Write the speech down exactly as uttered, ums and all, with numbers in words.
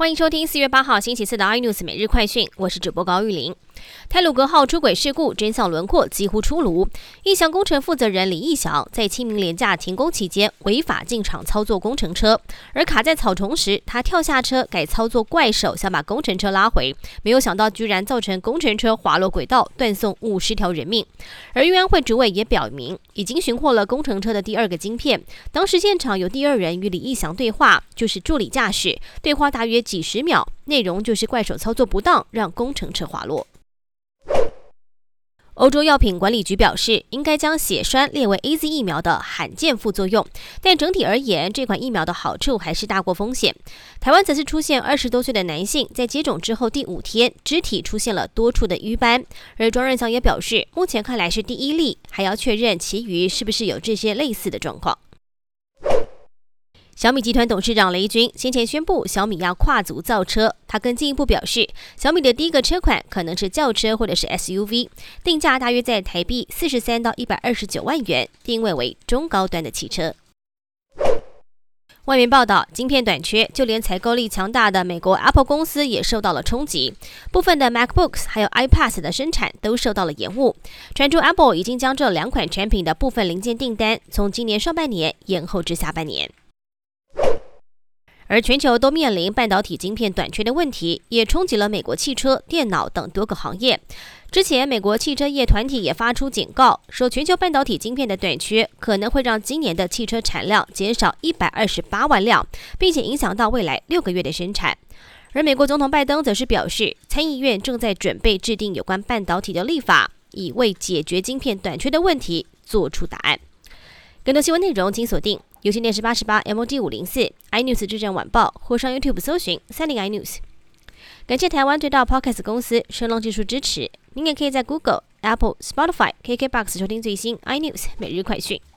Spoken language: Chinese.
欢迎收听四月八号星期四的 iNews 每日快讯，我是主播高玉玲。太鲁阁号出轨事故真相轮廓几乎出炉，义祥工程负责人李义祥在清明连假停工期间违法进场操作工程车，而卡在草丛时，他跳下车改操作怪手，想把工程车拉回，没有想到居然造成工程车滑落轨道，断送五十条人命。而运安会主委也表明，已经寻获了工程车的第二个晶片，当时现场有第二人与李义祥对话，就是助理驾驶，对话大约几十秒，内容就是怪手操作不当，让工程车滑落。欧洲药品管理局表示，应该将血栓列为 A Z 疫苗的罕见副作用，但整体而言，这款疫苗的好处还是大过风险。台湾则是出现二十多岁的男性在接种之后第五天，肢体出现了多处的瘀斑，而庄仁祥也表示，目前看来是第一例，还要确认其余是不是有这些类似的状况。小米集团董事长雷军先前宣布，小米要跨足造车。他更进一步表示，小米的第一个车款可能是轿车或者是 S U V， 定价大约在台币四十三到一百二十九万元，定位为中高端的汽车。外媒报道，晶片短缺，就连采购力强大的美国 Apple 公司也受到了冲击，部分的 MacBooks 还有 iPad 的生产都受到了延误。传出 Apple 已经将这两款产品的部分零件订单从今年上半年延后至下半年。而全球都面临半导体晶片短缺的问题，也冲击了美国汽车、电脑等多个行业。之前，美国汽车业团体也发出警告，说全球半导体晶片的短缺可能会让今年的汽车产量减少一百二十八万辆，并且影响到未来六个月的生产。而美国总统拜登则是表示，参议院正在准备制定有关半导体的立法，以为解决晶片短缺的问题做出答案。更多新闻内容请锁定有线电视八十八 M O D 五零四 iNews 智证晚报，或上 YouTube 搜寻三零 iNews。感谢台湾最大 Podcast 公司声浪技术支持。您也可以在 Google、Apple、Spotify、K K B O X 收听最新 iNews 每日快讯。